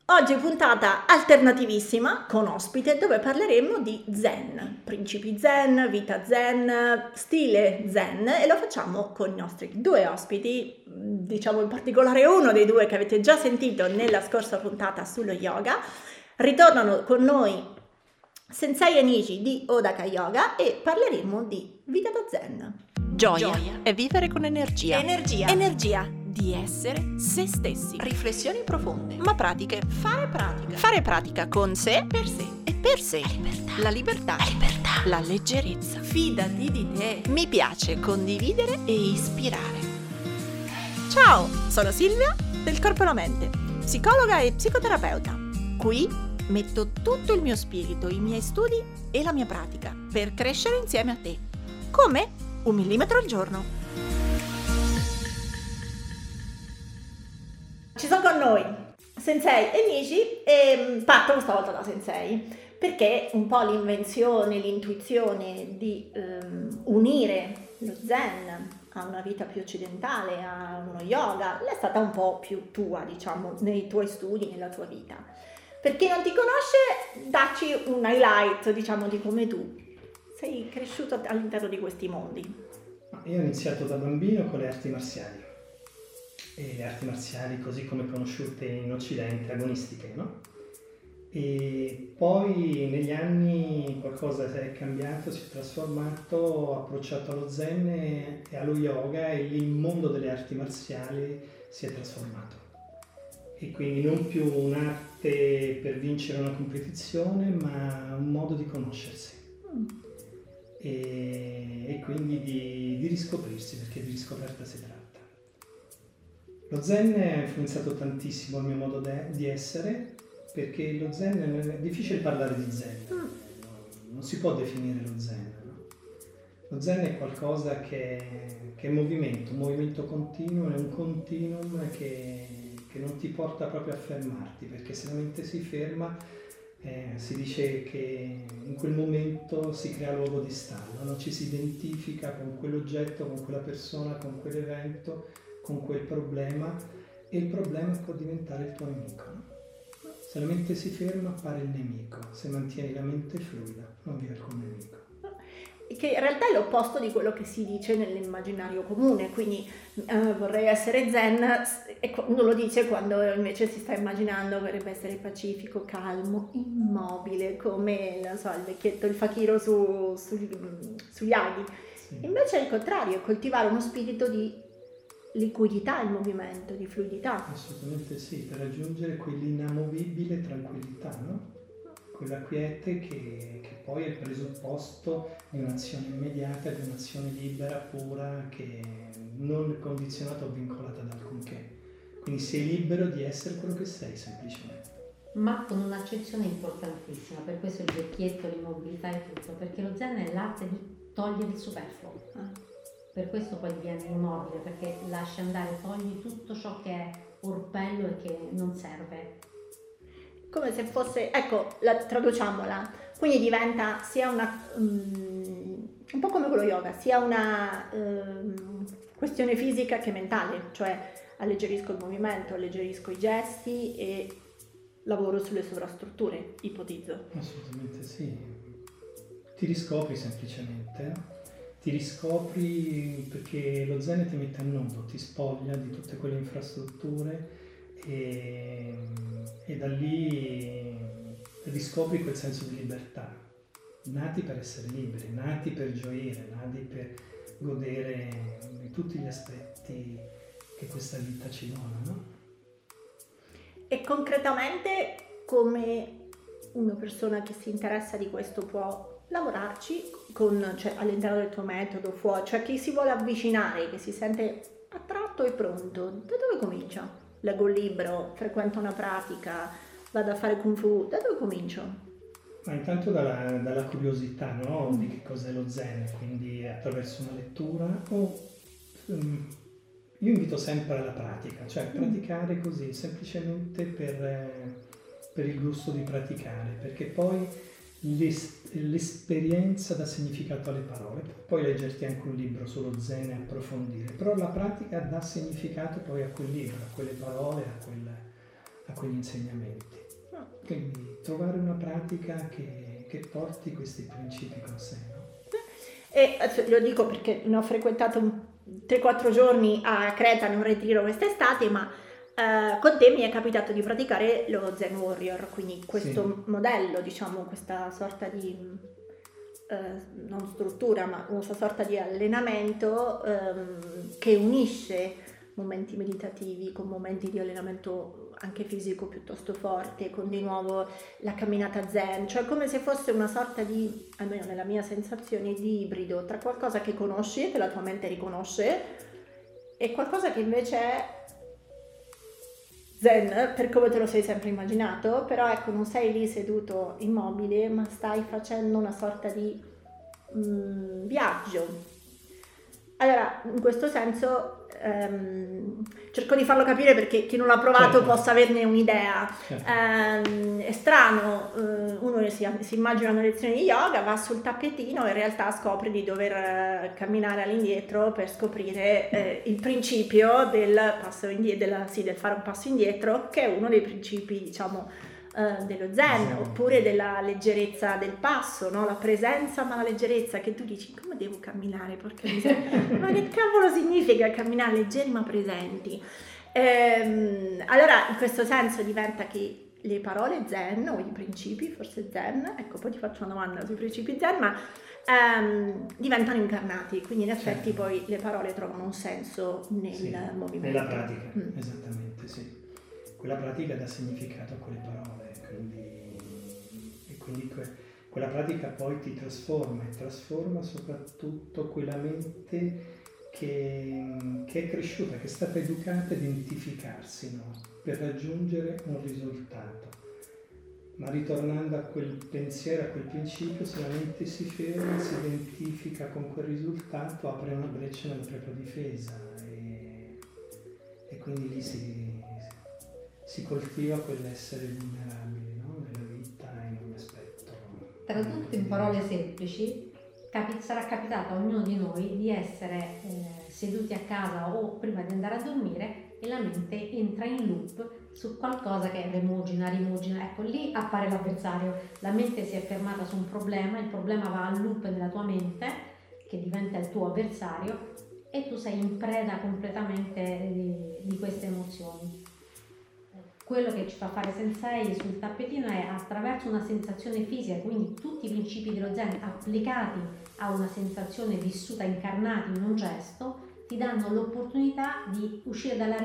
Oggi puntata alternativissima con ospite dove parleremo di Zen, principi Zen, vita Zen, stile Zen e lo facciamo con i nostri due ospiti, diciamo in particolare uno dei due che avete già sentito nella scorsa puntata sullo yoga. Ritornano con noi Sensei e Niji di Odaka Yoga e parleremo di vita da Zen. Gioia è vivere con energia. Energia. Di essere se stessi. Riflessioni profonde. Ma pratiche. Fare pratica. Fare pratica con sé, Per sé. e per sé. La libertà. La leggerezza. Fidati di te. Mi piace condividere e ispirare. Ciao, sono Silvia del Corpo e la Mente, psicologa e psicoterapeuta. Qui metto tutto il mio spirito, i miei studi e la mia pratica per crescere insieme a te. Come? 1 millimetro al giorno. Ci sono con noi Sensei e Niji e parto questa volta da Sensei perché un po' l'invenzione, l'intuizione di unire lo Zen a una vita più occidentale, a uno yoga, è stata un po' più tua, diciamo, nei tuoi studi, nella tua vita. Per chi non ti conosce, dacci un highlight, diciamo, di come tu sei cresciuto all'interno di questi mondi. Io ho iniziato da bambino con le arti marziali. E le arti marziali così come conosciute in Occidente, agonistiche, no? E poi negli anni qualcosa è cambiato, si è trasformato, ho approcciato allo Zen e allo yoga e lì il mondo delle arti marziali si è trasformato. E quindi non più un'arte per vincere una competizione, ma un modo di conoscersi. E quindi di riscoprirsi, perché di riscoperta si tratta. Lo Zen ha influenzato tantissimo il mio modo di essere, perché lo Zen è difficile parlare di Zen, non si può definire lo Zen. No? Lo Zen è qualcosa che è movimento, un movimento continuo, è un continuum che non ti porta proprio a fermarti, perché se la mente si ferma si dice che in quel momento si crea luogo di stallo, no? Ci si identifica con quell'oggetto, con quella persona, con quell'evento, con quel problema, e il problema può diventare il tuo nemico. No? Se la mente si ferma appare il nemico, se mantieni la mente fluida non vive col nemico. Che in realtà è l'opposto di quello che si dice nell'immaginario comune, quindi vorrei essere zen, e uno lo dice quando invece si sta immaginando vorrebbe essere pacifico, calmo, immobile, come non so, il vecchietto, il fakiro sugli aghi. Sì. Invece è il contrario, coltivare uno spirito di liquidità in movimento, di fluidità. Assolutamente sì, per raggiungere quell'inamovibile tranquillità, no? Quella quiete che poi è il presupposto di un'azione immediata, di un'azione libera, pura, che non condizionata o vincolata da alcunché. Quindi sei libero di essere quello che sei, semplicemente. Ma con un'accezione importantissima, per questo il vecchietto, l'immobilità e tutto, perché lo Zen è l'arte di togliere il superfluo. Per questo poi diviene immobile, perché lasci andare, togli tutto ciò che è orpello e che non serve. Come se fosse, ecco, traduciamola, quindi diventa sia una, un po' come con lo yoga, sia una questione fisica che mentale, cioè alleggerisco il movimento, alleggerisco i gesti e lavoro sulle sovrastrutture, ipotizzo. Assolutamente sì, ti riscopri semplicemente, no? Ti riscopri perché lo Zen ti mette a nudo, ti spoglia di tutte quelle infrastrutture e da lì riscopri quel senso di libertà, nati per essere liberi, nati per gioire, nati per godere di tutti gli aspetti che questa vita ci dona, no? E concretamente come una persona che si interessa di questo può lavorarci cioè, all'interno del tuo metodo, fuori, cioè chi si vuole avvicinare, che si sente attratto e pronto, da dove comincia? Leggo un libro, frequento una pratica, vado a fare Kung Fu, da dove comincio? Ma intanto dalla curiosità, no? Di che cos'è lo Zen, quindi attraverso una lettura io invito sempre alla pratica, cioè praticare così, semplicemente per il gusto di praticare, perché poi l'esperienza dà significato alle parole, puoi leggerti anche un libro sullo Zen e approfondire, però la pratica dà significato poi a quel libro, a quelle parole, a quegli insegnamenti. Quindi trovare una pratica che porti questi principi con sé, no? E lo dico perché ne ho frequentato 3-4 giorni a Creta in un ritiro quest'estate, ma con te mi è capitato di praticare lo Zen Warrior, quindi questo modello, diciamo, questa sorta di non struttura, ma questa sorta di allenamento che unisce momenti meditativi con momenti di allenamento anche fisico piuttosto forte, con di nuovo la camminata zen, cioè come se fosse una sorta di, almeno nella mia sensazione, di ibrido tra qualcosa che conosci, che la tua mente riconosce, e qualcosa che invece è zen, per come te lo sei sempre immaginato, però ecco, non sei lì seduto immobile, ma stai facendo una sorta di viaggio. Allora, in questo senso cerco di farlo capire perché chi non l'ha provato possa averne un'idea. È strano, uno si immagina una lezione di yoga, va sul tappetino e in realtà scopre di dover camminare all'indietro per scoprire il principio del passo indietro, del fare un passo indietro, che è uno dei principi, diciamo, dello zen, oppure della leggerezza del passo, no? La presenza ma la leggerezza, che tu dici come devo camminare, porca miseria, ma che cavolo significa camminare leggeri ma presenti? Allora in questo senso diventa che le parole zen o i principi forse zen, ecco poi ti faccio una domanda sui principi zen, ma diventano incarnati, quindi in effetti poi le parole trovano un senso nel movimento, nella pratica. Esattamente, sì. Quella pratica dà significato a quelle parole, quindi quella pratica poi ti trasforma e trasforma soprattutto quella mente che è cresciuta, che è stata educata a identificarsi, no? Per raggiungere un risultato. Ma ritornando a quel pensiero, a quel principio, se la mente si ferma, si identifica con quel risultato, apre una breccia nella propria difesa e quindi lì si coltiva quell'essere vulnerabile, no? Nella vita e in un aspetto. Tradotto in parole semplici, sarà capitato a ognuno di noi di essere seduti a casa o prima di andare a dormire e la mente entra in loop su qualcosa che rimugina, ecco lì appare l'avversario, la mente si è fermata su un problema, il problema va al loop nella tua mente che diventa il tuo avversario e tu sei in preda completamente di queste emozioni. Quello che ci fa fare sensei sul tappetino è attraverso una sensazione fisica, quindi tutti i principi dello zen applicati a una sensazione vissuta, incarnati in un gesto, ti danno l'opportunità di uscire dalla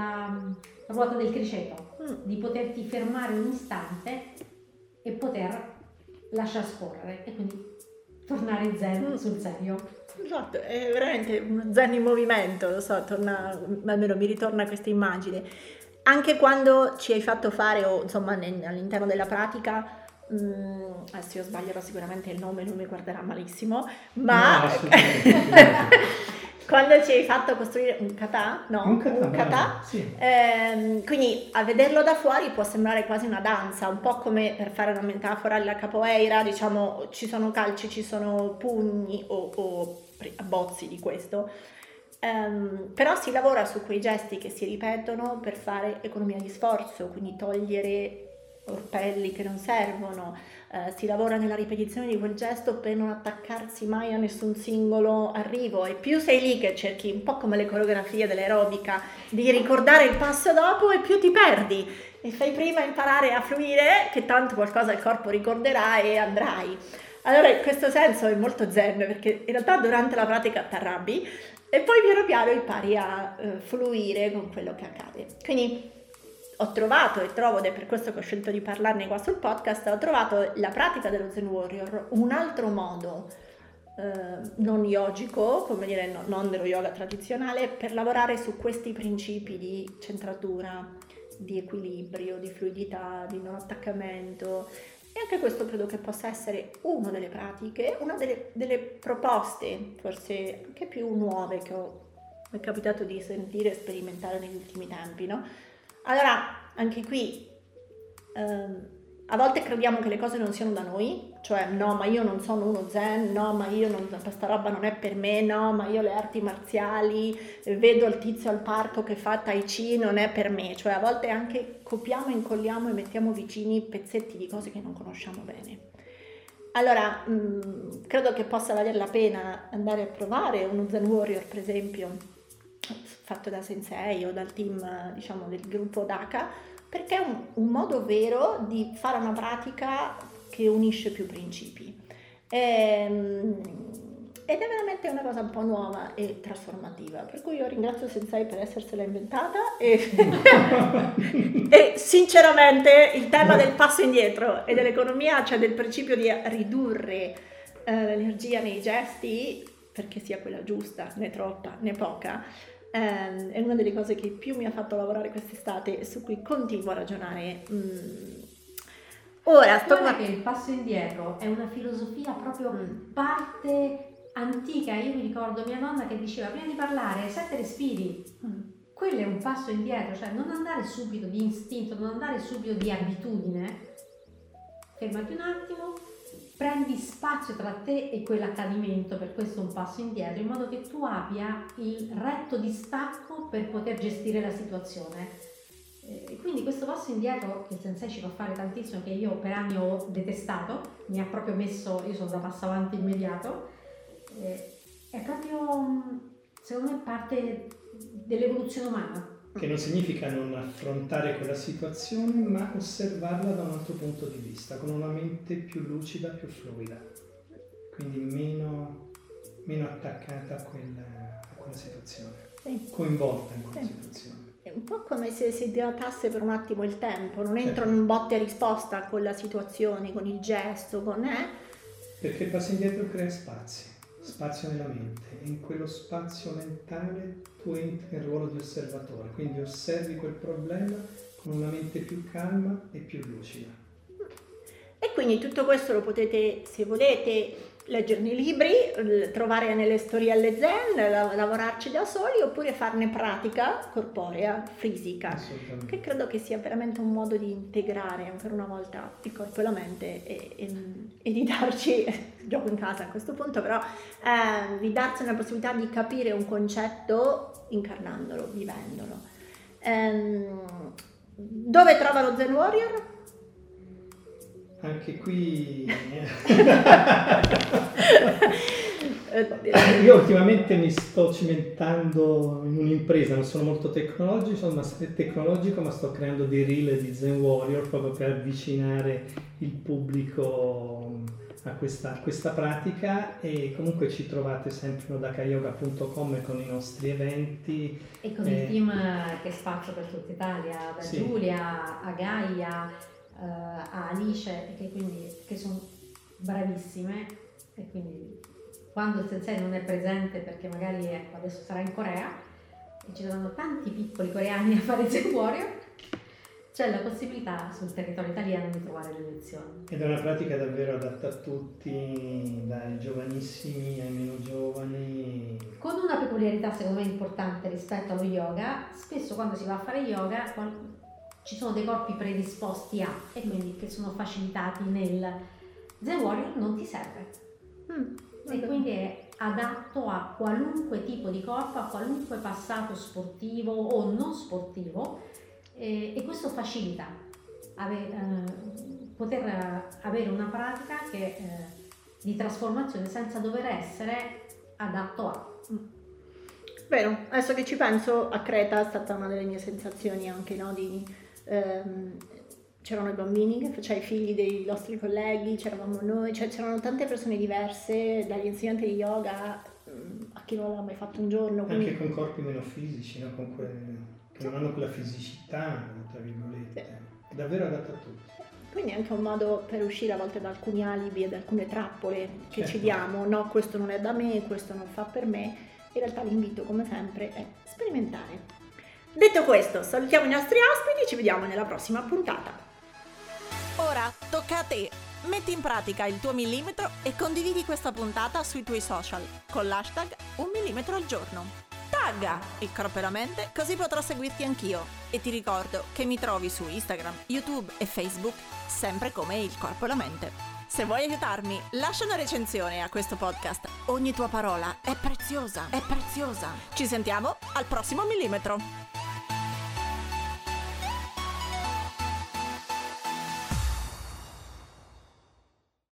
ruota del criceto, di poterti fermare un istante e poter lasciar scorrere e quindi tornare zen sul serio. Esatto, è veramente uno zen in movimento, lo so, almeno mi ritorna questa immagine. Anche quando ci hai fatto fare, o insomma all'interno della pratica, adesso io sbaglierò sicuramente il nome, lui mi guarderà malissimo, ma no, quando ci hai fatto costruire un kata, un kata, sì. Quindi a vederlo da fuori può sembrare quasi una danza, un po' come, per fare una metafora, la capoeira, diciamo, ci sono calci, ci sono pugni o abbozzi di questo. Però si lavora su quei gesti che si ripetono per fare economia di sforzo, quindi togliere orpelli che non servono, si lavora nella ripetizione di quel gesto per non attaccarsi mai a nessun singolo arrivo, e più sei lì che cerchi, un po' come le coreografie dell'aerobica, di ricordare il passo dopo, e più ti perdi e fai prima imparare a fluire, che tanto qualcosa il corpo ricorderà e andrai. Allora in questo senso è molto zen, perché in realtà durante la pratica ti arrabbi e poi piano piano impari a fluire con quello che accade. Quindi ho trovato e trovo, ed è per questo che ho scelto di parlarne qua sul podcast, ho trovato la pratica dello Zen Warrior un altro modo non yogico, come dire, non dello yoga tradizionale, per lavorare su questi principi di centratura, di equilibrio, di fluidità, di non attaccamento. E anche questo credo che possa essere una delle pratiche, una delle proposte, forse anche più nuove, che mi è capitato di sentire e sperimentare negli ultimi tempi, no? Allora, anche qui A volte crediamo che le cose non siano da noi, cioè no, ma io non sono uno zen, no, ma questa roba non è per me, no, ma io le arti marziali, vedo il tizio al parco che fa tai chi, non è per me, cioè a volte anche copiamo, incolliamo e mettiamo vicini pezzetti di cose che non conosciamo bene. Allora, credo che possa valere la pena andare a provare uno Zen Warrior, per esempio, fatto da Sensei o dal team, diciamo, del gruppo Daka, perché è un modo vero di fare una pratica che unisce più principi. Ed è veramente una cosa un po' nuova e trasformativa, per cui io ringrazio Sensei per essersela inventata e sinceramente il tema del passo indietro e dell'economia, cioè del principio di ridurre l'energia nei gesti, perché sia quella giusta, né troppa né poca, è una delle cose che più mi ha fatto lavorare quest'estate e su cui continuo a ragionare. Ora guarda che il passo indietro è una filosofia proprio parte antica. Io mi ricordo mia nonna che diceva prima di parlare 7 respiri. Quello è un passo indietro, cioè non andare subito di istinto, non andare subito di abitudine. Fermati un attimo, prendi spazio tra te e quell'accadimento, per questo un passo indietro, in modo che tu abbia il retto distacco per poter gestire la situazione. Quindi questo passo indietro che il Sensei ci fa fare tantissimo, che io per anni ho detestato, mi ha proprio messo, io sono da passo avanti immediato, è proprio, secondo me, parte dell'evoluzione umana. Che non significa non affrontare quella situazione, ma osservarla da un altro punto di vista, con una mente più lucida, più fluida, quindi meno attaccata a quella situazione, coinvolta in quella situazione. È un po' come se si dilatasse per un attimo il tempo, non entro in un botte e risposta con la situazione, con il gesto, Perché il passo indietro crea spazio nella mente, e in quello spazio mentale tu entri nel ruolo di osservatore, quindi osservi quel problema con una mente più calma e più lucida. E quindi tutto questo lo potete, se volete, leggere nei libri, trovare nelle storielle zen, lavorarci da soli, oppure farne pratica corporea, fisica, che credo che sia veramente un modo di integrare per una volta il corpo e la mente e di darci, gioco in casa a questo punto, però di darsi una possibilità di capire un concetto incarnandolo, vivendolo. Dove trova lo Zen Warrior? Anche qui io ultimamente mi sto cimentando in un'impresa, non sono molto tecnologico, ma sto creando dei reel di Zen Warrior proprio per avvicinare il pubblico a questa pratica, e comunque ci trovate sempre a dakayoga.com con i nostri eventi e con il team che spazio per tutta Italia, da Giulia a Gaia a Alice, che sono bravissime, e quindi quando il Sensei non è presente, perché magari adesso sarà in Corea e ci saranno tanti piccoli coreani a fare Zen Warrior, c'è la possibilità sul territorio italiano di trovare le lezioni. Ed è una pratica davvero adatta a tutti, dai giovanissimi ai meno giovani. Con una peculiarità secondo me importante rispetto allo yoga: spesso quando si va a fare yoga ci sono dei corpi predisposti e quindi che sono facilitati. Nel Zen Warrior non ti serve, e quindi è adatto a qualunque tipo di corpo, a qualunque passato sportivo o non sportivo, e questo facilita poter avere una pratica di trasformazione senza dover essere adatto a. Vero, adesso che ci penso, a Creta è stata una delle mie sensazioni anche, no, c'erano i bambini, cioè i figli dei nostri colleghi, c'eravamo noi, cioè c'erano tante persone diverse, dagli insegnanti di yoga a chi non l'aveva mai fatto un giorno. Anche con corpi meno fisici, no? Che non hanno quella fisicità, tra virgolette, è davvero adatto a tutti. Quindi è anche un modo per uscire a volte da alcuni alibi e da alcune trappole che ci diamo, no, questo non è da me, questo non fa per me. In realtà l'invito, come sempre, è sperimentare. Detto questo, salutiamo i nostri ospiti, ci vediamo nella prossima puntata. Ora tocca a te. Metti in pratica il tuo millimetro e condividi questa puntata sui tuoi social con l'hashtag 1 millimetro al giorno. Dai! Tagga il Corpo e la Mente, così potrò seguirti anch'io. E ti ricordo che mi trovi su Instagram, YouTube e Facebook sempre come Il Corpo e la Mente. Se vuoi aiutarmi, lascia una recensione a questo podcast. Ogni tua parola è preziosa, è preziosa. Ci sentiamo al prossimo millimetro.